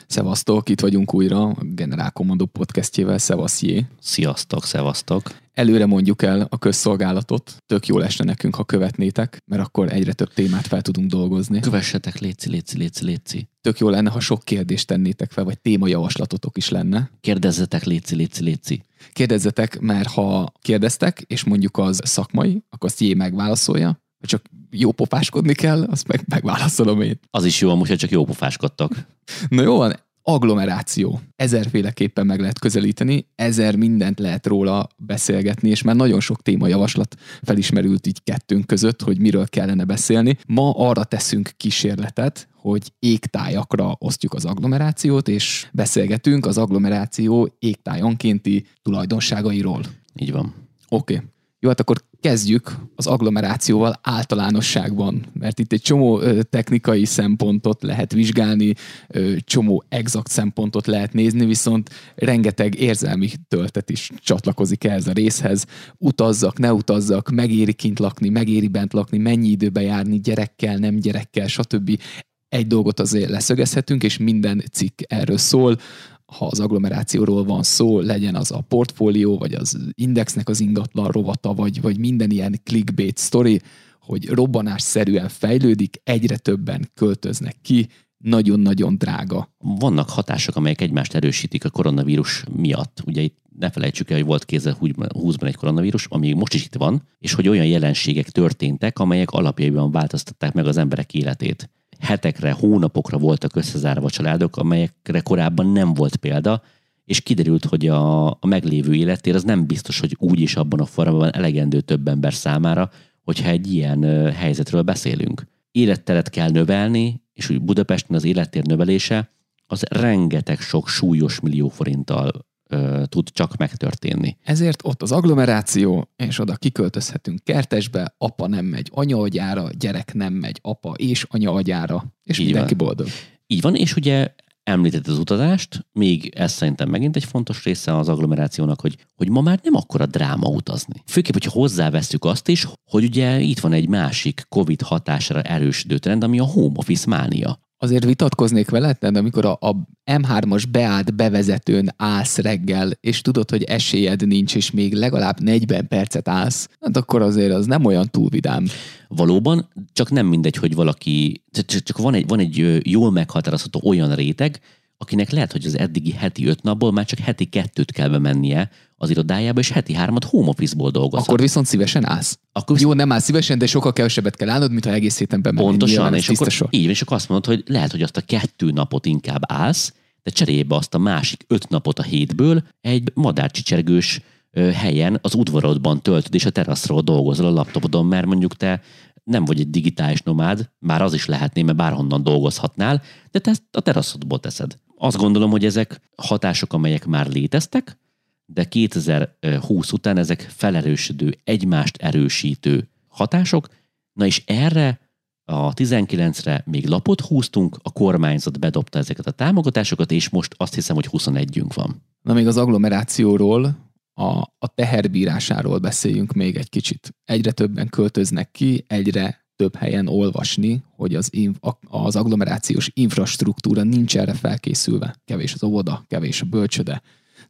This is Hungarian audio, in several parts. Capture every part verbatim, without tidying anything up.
Szevasztok, itt vagyunk újra a Generál Kommandó podcastjével, szevaszjé. Sziasztok, szevasztok. Előre mondjuk el a közszolgálatot, tök jó lesne nekünk, ha követnétek, mert akkor egyre több témát fel tudunk dolgozni. Kövessetek, léci, léci, léci, léci. Tök jó lenne, ha sok kérdést tennétek fel, vagy témajavaslatotok is lenne. Kérdezzetek, léci, léci, léci. Kérdezzetek, mert ha kérdeztek, és mondjuk az szakmai, akkor azt jé megválaszolja, ha csak jó pofáskodni kell, azt meg megválaszolom én. Az is jó, amúgy, hogy csak jó pofáskodtok. Na jó van, agglomeráció. Ezerféleképpen meg lehet közelíteni, ezer mindent lehet róla beszélgetni, és már nagyon sok témajavaslat felismerült így kettőnk között, hogy miről kellene beszélni. Ma arra teszünk kísérletet, hogy égtájakra osztjuk az agglomerációt, és beszélgetünk az agglomeráció égtájonkénti tulajdonságairól. Így van. Oké. Okay. Jó, hát akkor kezdjük az agglomerációval általánosságban, mert itt egy csomó ö, technikai szempontot lehet vizsgálni, ö, csomó exakt szempontot lehet nézni, viszont rengeteg érzelmi töltet is csatlakozik ehhez a részhez. Utazzak, ne utazzak, megéri kint lakni, megéri bent lakni, mennyi időbe járni, gyerekkel, nem gyerekkel, stb. Egy dolgot azért leszögezhetünk, és minden cikk erről szól. Ha az agglomerációról van szó, legyen az a portfólió, vagy az indexnek az ingatlan rovata, vagy, vagy minden ilyen clickbait sztori, hogy robbanásszerűen fejlődik, egyre többen költöznek ki, nagyon-nagyon drága. Vannak hatások, amelyek egymást erősítik a koronavírus miatt. Ugye itt ne felejtsük el, hogy volt kétezer-húszban egy koronavírus, ami most is itt van, és hogy olyan jelenségek történtek, amelyek alapjaiban változtatták meg az emberek életét. Hetekre, hónapokra voltak összezárva a családok, amelyekre korábban nem volt példa, és kiderült, hogy a, a meglévő életér az nem biztos, hogy úgy is abban a formában elegendő több ember számára, hogyha egy ilyen uh, helyzetről beszélünk. Életteret kell növelni, és úgy Budapesten az élettér növelése az rengeteg sok súlyos millió forinttal uh, tud csak megtörténni. Ezért ott az agglomeráció, és oda kiköltözhetünk kertesbe, apa nem megy anyahagyára, gyerek nem megy apa és anyahagyára, és Így mindenki van. boldog. Így van, és ugye említett az utazást, még ez szerintem megint egy fontos része az agglomerációnak, hogy, hogy ma már nem akkora dráma utazni. Főképp, hogyha hozzáveszünk azt is, hogy ugye itt van egy másik Covid hatására erősödő trend, ami a home office mánia. Azért vitatkoznék veled, de amikor a, a em hármas beállt bevezetőn állsz reggel, és tudod, hogy esélyed nincs, és még legalább negyven percet állsz, hát akkor azért az nem olyan túl vidám. Valóban, csak nem mindegy, hogy valaki, csak van egy, van egy jól meghatározható olyan réteg, akinek lehet, hogy az eddigi heti öt napból már csak heti kettőt kell bemennie az irodájába, és heti hármat home office-ból dolgozhat. Akkor viszont szívesen állsz. Akkor visz... Jó, nem állsz szívesen, de sokkal kevesebbet kell állnod, mint ha egész héten bemennél. Pontosan, és akkor, így, és akkor azt mondod, hogy lehet, hogy azt a kettő napot inkább állsz, de cserébe azt a másik öt napot a hétből egy madárcsicsergős helyen az udvarodban töltöd, és a teraszról dolgozol a laptopodon, mert mondjuk te nem vagy egy digitális nomád, bár az is lehetné, mert bárhonnan dolgozhatnál, de te ezt a teraszodból teszed. Azt gondolom, hogy ezek hatások, amelyek már léteztek, de kétezer-húsz után ezek felerősödő, egymást erősítő hatások. Na és erre a tizenkilencre még lapot húztunk, a kormányzat bedobta ezeket a támogatásokat, és most azt hiszem, hogy huszonegyünk van. Na még az agglomerációról, a, a teherbírásáról beszéljünk még egy kicsit. Egyre többen költöznek ki, egyre több helyen olvasni, hogy az, az agglomerációs infrastruktúra nincs erre felkészülve. Kevés az óvoda, kevés a bölcsöde,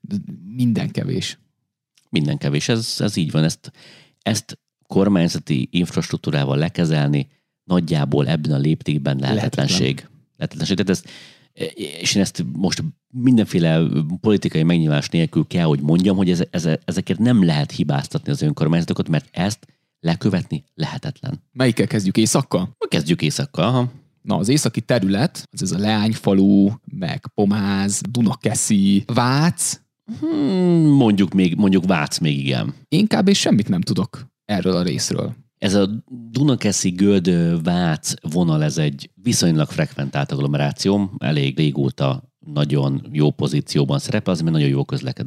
minden kevés. Minden kevés, ez, ez így van. Ezt, ezt kormányzati infrastruktúrával lekezelni nagyjából ebben a léptékben lehetetlenség. Lehetetlenség. Tehát ezt, és én ezt most mindenféle politikai megnyilvánulás nélkül kell, hogy mondjam, hogy ez, ez, ezeket nem lehet hibáztatni az önkormányzatokat, mert ezt lekövetni lehetetlen. Melyikkel kezdjük, Északkal? Kezdjük Északkal, aha. Na, az északi terület, az ez a Leányfalu, meg Pomáz, Dunakeszi, Vác. Hmm, mondjuk, még, mondjuk Vác még igen. Én kb. Semmit nem tudok erről a részről. Ez a Dunakeszi Göld Vác vonal, ez egy viszonylag frekventált agglomeráció, elég régóta nagyon jó pozícióban szerepel, az mert nagyon jó közlekedés.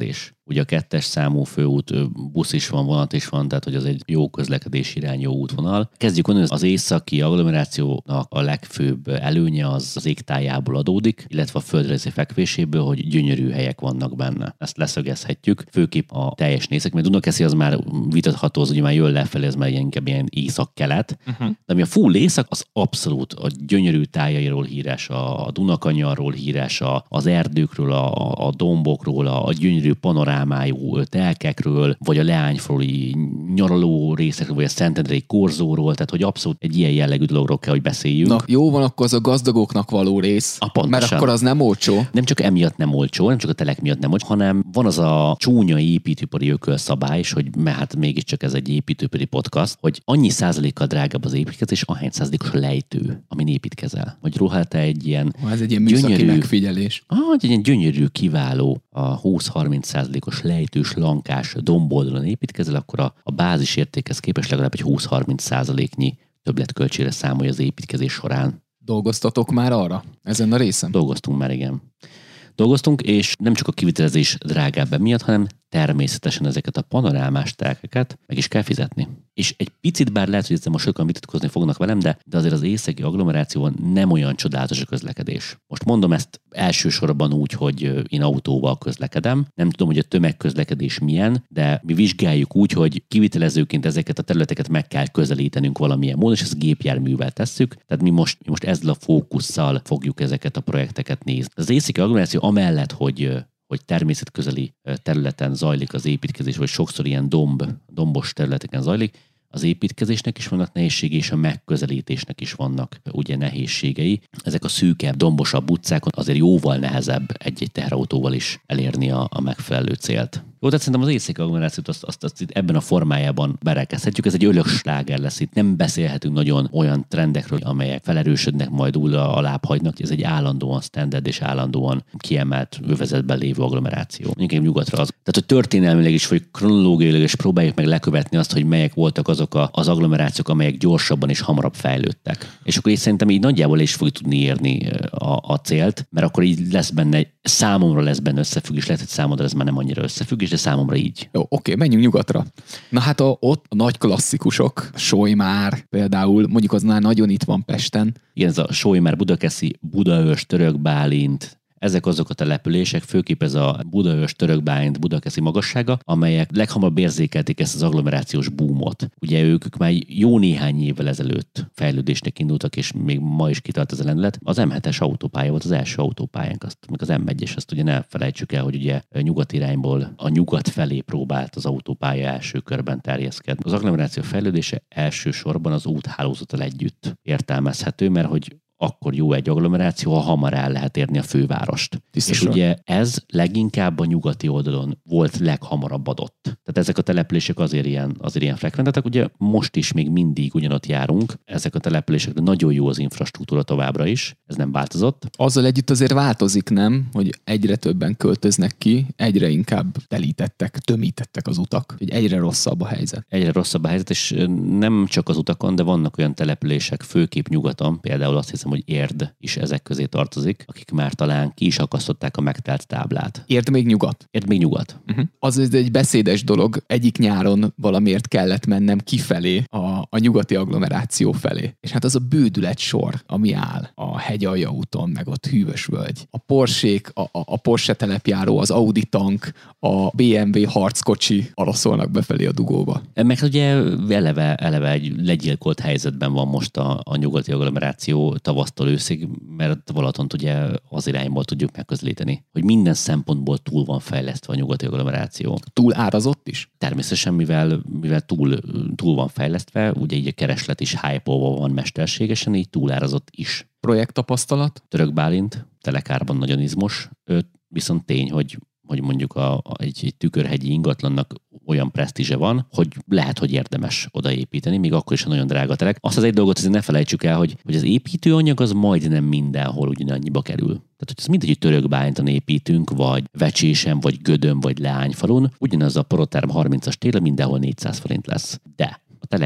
ugye a kettes számú főút, busz is van, vonat is van, tehát hogy az egy jó közlekedési irány, jó útvonal. Kezdjük onnan, az északi agglomerációnak a legfőbb előnye az az égtájából adódik, illetve a földrajzi fekvéséből, hogy gyönyörű helyek vannak benne. Ezt leszögezhetjük, főképp a teljes nézek, mert Dunakeszi az már vitatható, az ugye már jön lefelé, ez már inkább ilyen észak-kelet, uh-huh. de ami a full észak, az abszolút a gyönyörű tájairól híres, a Dunakanyarról híres, az erdőkről, a, a dombokról, a gyönyörű panorámájú telkekről, vagy a leányfalui nyaraló részekről, vagy a Szentendrei korzóról, tehát hogy abszolút egy ilyen jellegű dologról kell, hogy beszéljünk. Na, jó van, akkor az a gazdagoknak való rész, a, mert akkor az nem olcsó. Nem csak emiatt nem olcsó, nem csak a telek miatt nem olcsó, hanem van az a csúnya építőipari ökölszabály is, hogy hát mégiscsak ez egy építőipari podcast, hogy annyi százalékkal drágább az építkezés, ahány százalékos a lejtő, amin építkezel. Vagy ruhát egy ilyen ha, ez egy ilyen műszaki gyönyörű, megfigyelés. Ah, egy ilyen gyönyörű, kiváló, a húsz-harminc százalékos lejtős, lankás domboldalon építkezel, akkor a, a bázis értékhez képest legalább egy húsz-harminc százaléknyi többletköltségre számolja az építkezés során. Dolgoztatok már arra? Ezen a részen? Dolgoztunk már, igen. Dolgoztunk, és nem csak a kivitelezés drágább miatt, hanem természetesen ezeket a panorámás telkeket meg is kell fizetni. És egy picit, bár lehet, hogy ezzel most sokan vitatkozni fognak velem, de, de azért az északi agglomerációban nem olyan csodálatos a közlekedés. Most mondom ezt elsősorban úgy, hogy én autóval közlekedem. Nem tudom, hogy a tömegközlekedés milyen, de mi vizsgáljuk úgy, hogy kivitelezőként ezeket a területeket meg kell közelítenünk valamilyen módon, és ezt gépjárművel tesszük. Tehát mi most, mi most ezzel a fókusszal fogjuk ezeket a projekteket nézni. Az északi agglomeráció amellett, hogy hogy természetközeli területen zajlik az építkezés, vagy sokszor ilyen domb, dombos területeken zajlik, az építkezésnek is vannak nehézségei, és a megközelítésnek is vannak ugye nehézségei. Ezek a szűkebb, dombosabb utcákon azért jóval nehezebb egy-egy teherautóval is elérni a, a megfelelő célt. Jó, tehát szerintem az északi agglomerációt azt, azt, azt itt ebben a formájában berekezhetjük. Ez egy öröksláger lesz itt. Nem beszélhetünk nagyon olyan trendekről, amelyek felerősödnek, majd úgy a lábhagynak. Ez egy állandóan standard és állandóan kiemelt övezetben lévő agglomeráció. Inkább nyugatra az. Tehát, hogy történelmileg is, vagy kronológiailag is próbáljuk meg lekövetni azt, hogy melyek voltak azok a, az agglomerációk, amelyek gyorsabban és hamarabb fejlődtek. És akkor így szerintem így nagyjából is fogjuk tudni érni a, a célt, mert akkor így lesz benne, számomra lesz benne összefüggés, lehet, hogy számomra ez már nem annyira összefüggés, de számomra így. Jó, oké, menjünk nyugatra. Na hát a, ott a nagy klasszikusok, Solymár például, mondjuk az már nagyon itt van Pesten. Igen, ez a Solymár, Budakeszi, Budaörs, Törökbálint, ezek azok a települések, főképp ez a Budaörs, Törökbálint, Budakeszi magassága, amelyek leghamarabb érzékelték ezt az agglomerációs boomot. Ugye ők, ők már jó néhány évvel ezelőtt fejlődésnek indultak, és még ma is kitart ez a lendület. Az em hetes autópálya volt az első autópályánk, azt, meg az em egyes, azt ugye ne felejtsük el, hogy ugye nyugat irányból a nyugat felé próbált az autópálya első körben terjeszkedni. Az agglomeráció fejlődése elsősorban az úthálózattal együtt értelmezhető, mert hogy akkor jó egy agglomeráció, ha hamar el lehet érni a fővárost. Tisztosan. És ugye ez leginkább a nyugati oldalon volt leghamarabb adott. Tehát ezek a települések azért ilyen, azért ilyen frekventetek. Ugye most is még mindig ugyanott járunk. Ezek a településekre nagyon jó az infrastruktúra továbbra is. Ez nem változott. Azzal együtt azért változik, nem? Hogy egyre többen költöznek ki, egyre inkább telítettek, tömítettek az utak. Hogy egyre rosszabb a helyzet. Egyre rosszabb a helyzet, és nem csak az utakon, de vannak olyan települések, főképp nyugaton, például azt hiszem, hogy Érd is ezek közé tartozik, akik már talán ki is akasztották a megtelt táblát. Érd még nyugat? Érd még nyugat. Uh-huh. Az egy beszédes dolog. Egyik nyáron valamiért kellett mennem kifelé a, a nyugati agglomeráció felé. És hát az a bődület sor, ami áll a Hegyalja úton, meg ott hűvös völgy. A Porsék, a, a, a Porsche telepjáró, az Audi tank, a bé em vé harckocsi alaszolnak befelé a dugóba. Meg ugye eleve, eleve egy legyilkolt helyzetben van most a, a nyugati agglomeráció tavasztól őszig, mert Balatont ugye az irányból tudjuk megközelíteni, hogy minden szempontból túl van fejlesztve a nyugati agglomeráció. Túl árazott is? Természetesen, mivel, mivel túl, túl van fejlesztve, ugye így a kereslet is hype-olva van mesterségesen, így túl árazott is. Projekttapasztalat? Törökbálint, telekárban nagyon izmos, ő viszont tény, hogy hogy mondjuk a, a, egy, egy tükörhegyi ingatlannak olyan presztízse van, hogy lehet, hogy érdemes odaépíteni, még akkor is, ha nagyon drága telek. Azt az egy dolgot azért ne felejtsük el, hogy, hogy az építőanyag az majdnem mindenhol ugyanannyiba kerül. Tehát, hogy ez mindegy, hogy Törökbálinton építünk, vagy Vecsésen, vagy Gödön, vagy Leányfalun, ugyanaz a Proterm harmincas téle mindenhol négyszáz forint lesz. De a telek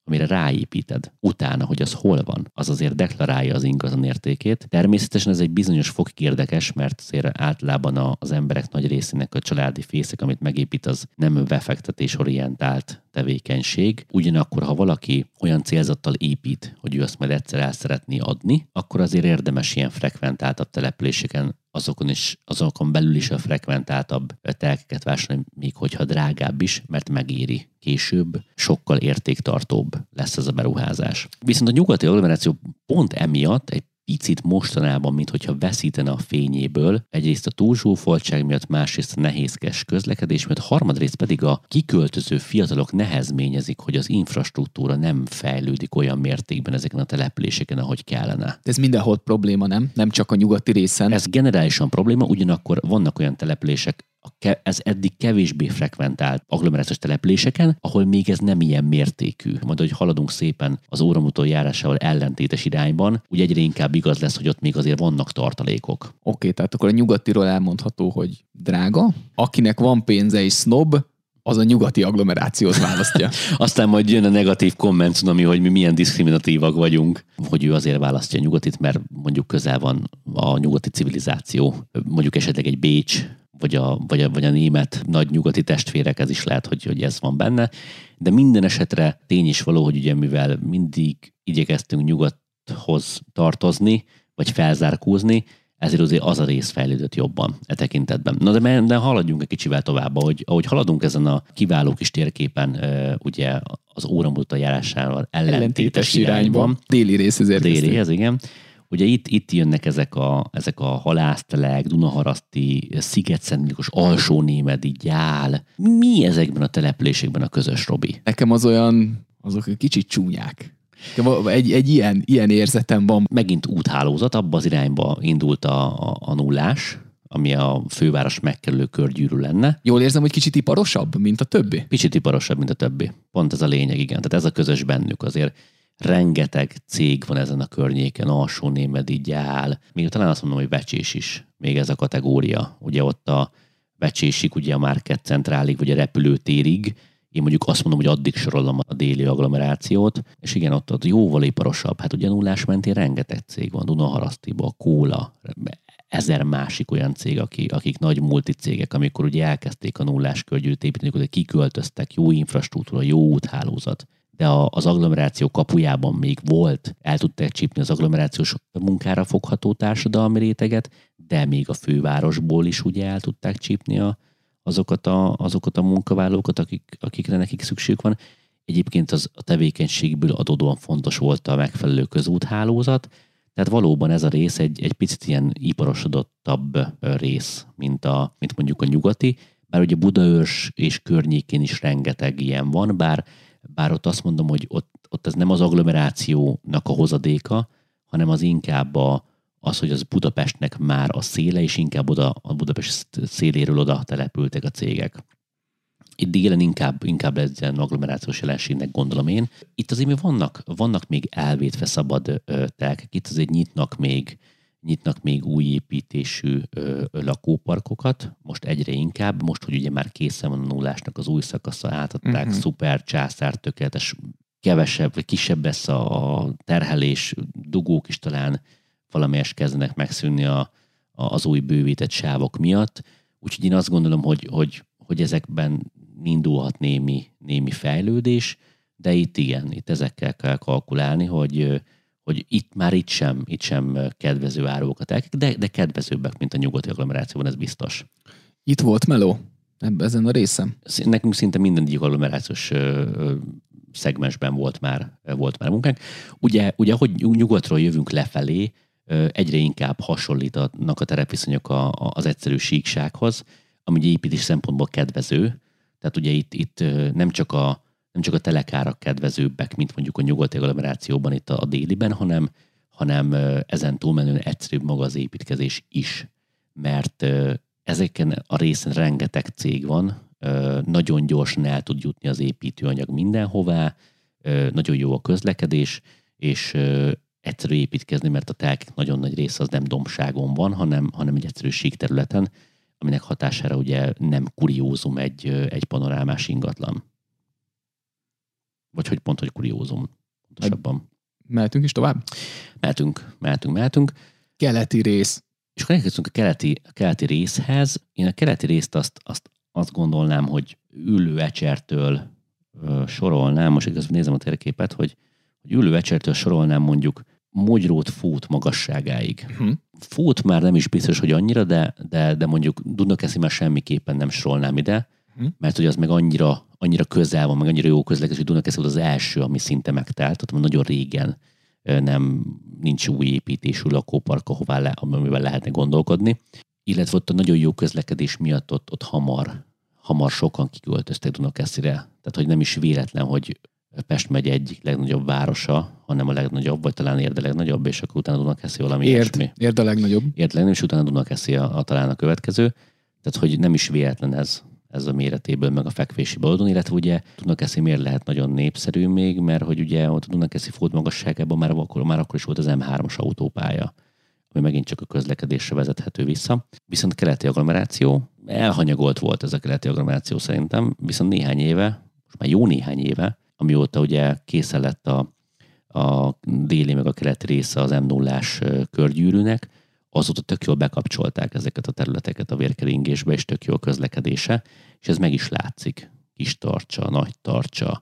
amire ráépíted utána, hogy az hol van, az azért deklarálja az ingatlan értékét. Természetesen ez egy bizonyos fokig érdekes, mert azért általában az emberek nagy részének a családi fészek, amit megépít, az nem befektetésorientált tevékenység. Ugyanakkor, ha valaki olyan célzattal épít, hogy ő azt majd egyszer el szeretné adni, akkor azért érdemes ilyen frekventáltabb településeken azokon, is, azokon belül is a frekventáltabb telkeket vásárolni, még hogyha drágább is, mert megéri. Később sokkal értéktartóbb lesz ez a beruházás. Viszont a nyugati agglomeráció pont emiatt egy picit mostanában, minthogyha veszítene a fényéből, egyrészt a túlzsúfoltság miatt, másrészt a nehézkes közlekedés miatt, harmadrészt pedig a kiköltöző fiatalok nehezményezik, hogy az infrastruktúra nem fejlődik olyan mértékben ezeken a településeken, ahogy kellene. De ez mindenhol probléma, nem? Nem csak a nyugati részen. Ez generálisan probléma, ugyanakkor vannak olyan települések, ez eddig kevésbé frekventált agglomerációs településeken, ahol még ez nem ilyen mértékű. Majd, hogy haladunk szépen az óramutó járásával ellentétes irányban, úgy egyre inkább igaz lesz, hogy ott még azért vannak tartalékok. Oké, okay, tehát akkor a nyugatiról elmondható, hogy drága. Akinek van pénze és snob, az a nyugati agglomerációt választja. Aztán majd jön a negatív komment, ami, hogy mi milyen diszkriminatívak vagyunk, hogy ő azért választja a nyugatit, mert mondjuk közel van a nyugati civilizáció, mondjuk esetleg egy Bécs, vagy a, vagy, a, vagy a német nagy nyugati testvérek, ez is lehet, hogy, hogy ez van benne. De minden esetre tény is való, hogy ugye mivel mindig igyekeztünk nyugathoz tartozni, vagy felzárkózni, ezért azért az a rész fejlődött jobban e tekintetben. Na de, de haladjunk egy kicsivel tovább, ahogy, ahogy haladunk ezen a kiváló kis térképen, ugye az óramúlta járásával ellentétes, ellentétes irányban. irányban. Déli részhez érkeztünk. Délihez, igen. Ugye itt, itt jönnek ezek a, ezek a halásztelek, Dunaharaszti, Sziget-Szentmiklós, Alsó-Némedi, Gyál. Mi ezekben a településekben a közös, Robi? Nekem az olyan, azok egy kicsit csúnyák. Egy, egy ilyen, ilyen érzetem van. Megint úthálózat, abba az irányba indult a, a, a nullás, ami a főváros megkerülő körgyűrű lenne. Jól érzem, hogy kicsit iparosabb, mint a többi? Kicsit iparosabb, mint a többi. Pont ez a lényeg, igen. Tehát ez a közös bennük azért. Rengeteg cég van ezen a környéken, Alsó-Némedi, Gyál, még talán azt mondom, hogy Vecsés is, még ez a kategória. Ugye ott a Vecsésig, ugye a Market Centrálig, vagy a repülőtérig, én mondjuk azt mondom, hogy addig sorolom a déli agglomerációt, és igen, ott, ott jóval iparosabb. Hát ugye nullás mentén rengeteg cég van, Dunaharasztiba, Kóla, ezer másik olyan cég, akik, akik nagy multicégek, amikor ugye elkezdték a nullás körgyűrűt építeni, hogy kiköltöztek, jó infrastruktúra, jó úthálózat, de az agglomeráció kapujában még volt, el tudták csípni az agglomerációs munkára fogható társadalmi réteget, de még a fővárosból is ugye el tudták csípni a, azokat, a, azokat a munkavállalókat, akik, akikre nekik szükségük van. Egyébként az a tevékenységből adódóan fontos volt a megfelelő közúthálózat, tehát valóban ez a rész egy, egy picit ilyen iparosodottabb rész, mint, a, mint mondjuk a nyugati, bár ugye Budaörs és környékén is rengeteg ilyen van, bár Bár ott azt mondom, hogy ott, ott ez nem az agglomerációnak a hozadéka, hanem az inkább a, az, hogy az Budapestnek már a széle, és inkább oda, a Budapest széléről oda települtek a cégek. Itt délen inkább, inkább ez egy agglomerációs jelenségnek gondolom én. Itt azért még vannak, vannak még elvétve szabad telkek, itt azért nyitnak még, nyitnak még új építésű ö, lakóparkokat, most egyre inkább, most, hogy ugye már készen van a nullásnak az új szakasza, átadták, uh-huh. szuper, császár, tökéletes, kevesebb, vagy kisebb lesz a terhelés, dugók is talán valamelyest kezdenek megszűnni a, a, az új bővített sávok miatt, úgyhogy én azt gondolom, hogy, hogy, hogy ezekben indulhat némi, némi fejlődés, de itt igen, itt ezekkel kell kalkulálni, hogy hogy itt már itt sem, itt sem kedvező árukat el, de, de kedvezőbbek, mint a nyugati agglomerációban, ez biztos. Itt volt meló ebben ezen a részem? Nekünk szinte minden egyik agglomerációs szegmensben volt már, volt már munkánk. Ugye, ugye, hogy nyugatról jövünk lefelé, egyre inkább hasonlítanak a terepviszonyok a, a, az egyszerű síksághoz, ami ugye építés szempontból kedvező. Tehát ugye itt, itt nem csak a nem csak a telekárak kedvezőbbek, mint mondjuk a nyugati agglomerációban, itt a, a déliben, hanem, hanem ezen túlmenően egyszerűbb maga az építkezés is. Mert ezeken a részen rengeteg cég van, nagyon gyorsan el tud jutni az építőanyag mindenhová, nagyon jó a közlekedés, és egyszerű építkezni, mert a telkek nagyon nagy része az nem dombságon van, hanem, hanem egy egyszerű sík területen, aminek hatására ugye nem kuriózum egy, egy panorámás ingatlan. Vagy hogy pont, hogy kuriózum. Pontosabban. Mehetünk is tovább? Mehetünk, mehetünk, mehetünk. Keleti rész. És akkor elkezdtünk a keleti, a keleti részhez. Én a keleti részt azt, azt, azt gondolnám, hogy Üllő Ecsertől ö, sorolnám, most igaz, nézem a térképet, hogy, hogy Üllő Ecsertől sorolnám mondjuk Mogyrót Fót magasságáig. Hm. Fót már nem is biztos, hogy annyira, de, de, de mondjuk Dunakeszi már semmiképpen nem sorolnám ide, hm. mert hogy az meg annyira, annyira közel van, meg annyira jó közlekedés, hogy Dunakeszi volt az első, ami szinte megtelt, tehát nagyon régen nem, nincs új építésű lakópark, ahová le, amivel lehetne gondolkodni. Illetve ott a nagyon jó közlekedés miatt ott, ott hamar, hamar sokan kiköltöztek Dunakeszire. Tehát, hogy nem is véletlen, hogy Pest megye egyik legnagyobb városa, hanem a legnagyobb, vagy talán Érd a legnagyobb, és akkor utána Dunakeszi valami Érd, ilyesmi. Érd a legnagyobb. Érd a legnagyobb, és utána Dunakeszi a, a talán a következő. Tehát, hogy nem is véletlen ez, ez a méretéből, meg a fekvési oldalon, illetve ugye Dunakeszi miért lehet nagyon népszerű még, mert hogy ugye ott a Dunakeszi Fót magasságában már akkor, már akkor is volt az em hármas autópálya, ami megint csak a közlekedésre vezethető vissza. Viszont keleti agglomeráció, elhanyagolt volt ez a keleti agglomeráció szerintem, viszont néhány éve, most már jó néhány éve, amióta ugye készen lett a, a déli meg a keleti része az em nullás körgyűrűnek, azóta tök jól bekapcsolták ezeket a területeket a vérkeringésbe, és tök jó a közlekedése, és ez meg is látszik. Kistarcsa, Nagytarcsa,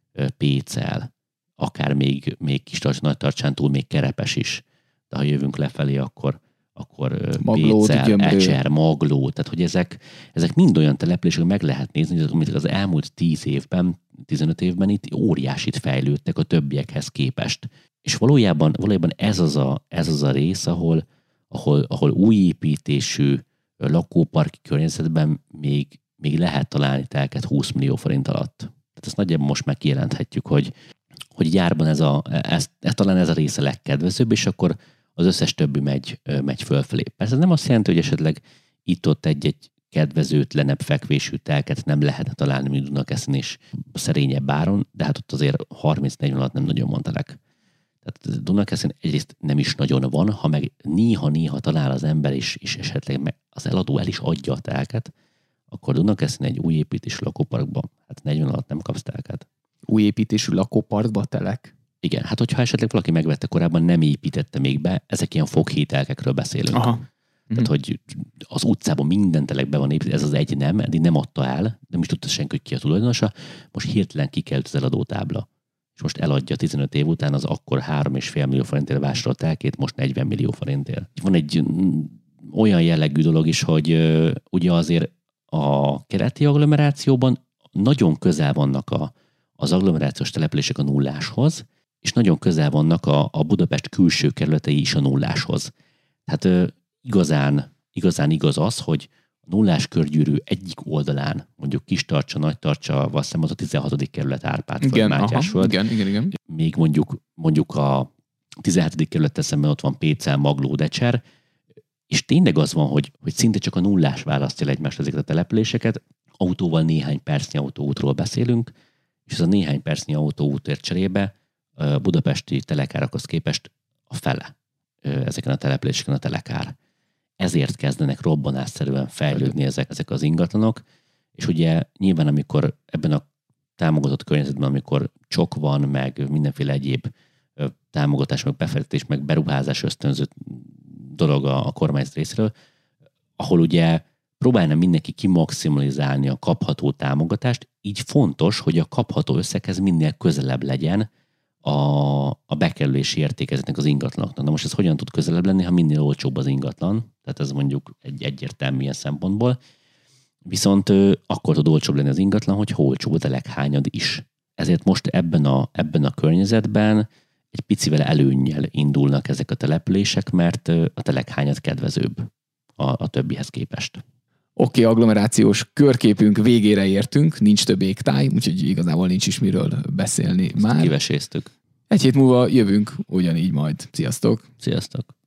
Pécel, akár még, még Kistarcsa, Nagytarcsán túl még Kerepes is. De ha jövünk lefelé, akkor, akkor Maglód, Pécel, Gyömrő. Ecser, Magló, tehát hogy ezek, ezek mind olyan települések, meg lehet nézni, hogy az elmúlt tíz évben, tizenöt évben itt óriásit fejlődtek a többiekhez képest. És valójában, valójában ez, az a, ez az a rész, ahol ahol, ahol új építésű lakóparki környezetben még, még lehet találni telket húsz millió forint alatt. Tehát ezt nagyjából most már kijelenthetjük, hogy, hogy gyárban ez, a, ez, ez talán ez a része legkedvezőbb, és akkor az összes többi megy, megy fölfelé. Persze ez nem azt jelenti, hogy esetleg itt-ott egy-egy kedvezőtlenebb fekvésű telket nem lehetne találni, mint Dunakeszin és szerényebb áron, de hát ott azért harminc-negyven alatt nem nagyon mondtalak. Tehát Dunakeszin egyrészt nem is nagyon van, ha meg néha-néha talál az ember, és, és esetleg meg az eladó el is adja a telket, akkor Dunakeszin egy új építésű lakóparkban, hát negyven alatt nem kapsz telket. Új építésű lakóparkba telek? Igen, hát hogyha esetleg valaki megvette korábban, nem építette még be, ezek ilyen foghítelkekről beszélünk. Aha. Tehát, hogy az utcában minden telek be van építve, ez az egy nem, eddig nem adta el, nem is tudta senki, hogy ki a tulajdonosa, most hirtelen kikelt az eladótábla. És most eladja tizenöt év után az akkor három és fél millió forintért vásárolt telkét, most negyven millió forintért. Van egy olyan jellegű dolog is, hogy uh, ugye azért a keleti agglomerációban nagyon közel vannak a, az agglomerációs települések a nulláshoz, és nagyon közel vannak a, a Budapest külső kerületei is a nulláshoz. Tehát uh, igazán, igazán igaz az, hogy a nullás körgyűrű egyik oldalán, mondjuk Kistarcsa, Nagytarcsa, azt hiszem az a tizenhatodik kerület Árpád-föld, Mátyásföld. Igen, igen, igen. Még mondjuk, mondjuk a tizenhetedik kerülettel szemben ott van Pécel, Magló, Ecser, és tényleg az van, hogy, hogy szinte csak a nullás választja egymást ezeket a településeket, autóval néhány percnyi autóútról beszélünk, és ez a néhány percnyi autóútért cserébe a budapesti telekárakhoz képest a fele ezeken a településeken a telekár. Ezért kezdenek robbanásszerűen fejlődni ezek, ezek az ingatlanok, és ugye nyilván amikor ebben a támogatott környezetben, amikor csok van, meg mindenféle egyéb támogatás, meg befektetés, meg beruházás ösztönző dolog a, a kormányzat részéről, ahol ugye próbálna mindenki kimaximalizálni a kapható támogatást, így fontos, hogy a kapható összeghez minél közelebb legyen a, a bekerülési értékezetnek az ingatlanoknak. Na most ez hogyan tud közelebb lenni, ha minél olcsóbb az ingatlan? Tehát ez mondjuk egy egyértelmű ilyen szempontból. Viszont ö, akkor tud olcsóbb lenni az ingatlan, hogy olcsóbb a telekhányad is. Ezért most ebben a, ebben a környezetben egy picivel előnnyel indulnak ezek a települések, mert ö, a telekhányad kedvezőbb a, a többihez képest. Oké, okay, agglomerációs körképünk végére értünk, nincs több égtáj, úgyhogy igazából nincs is miről beszélni Azt már. kiveséztük. Egy hét múlva jövünk ugyanígy majd. Sziasztok! Sziasztok!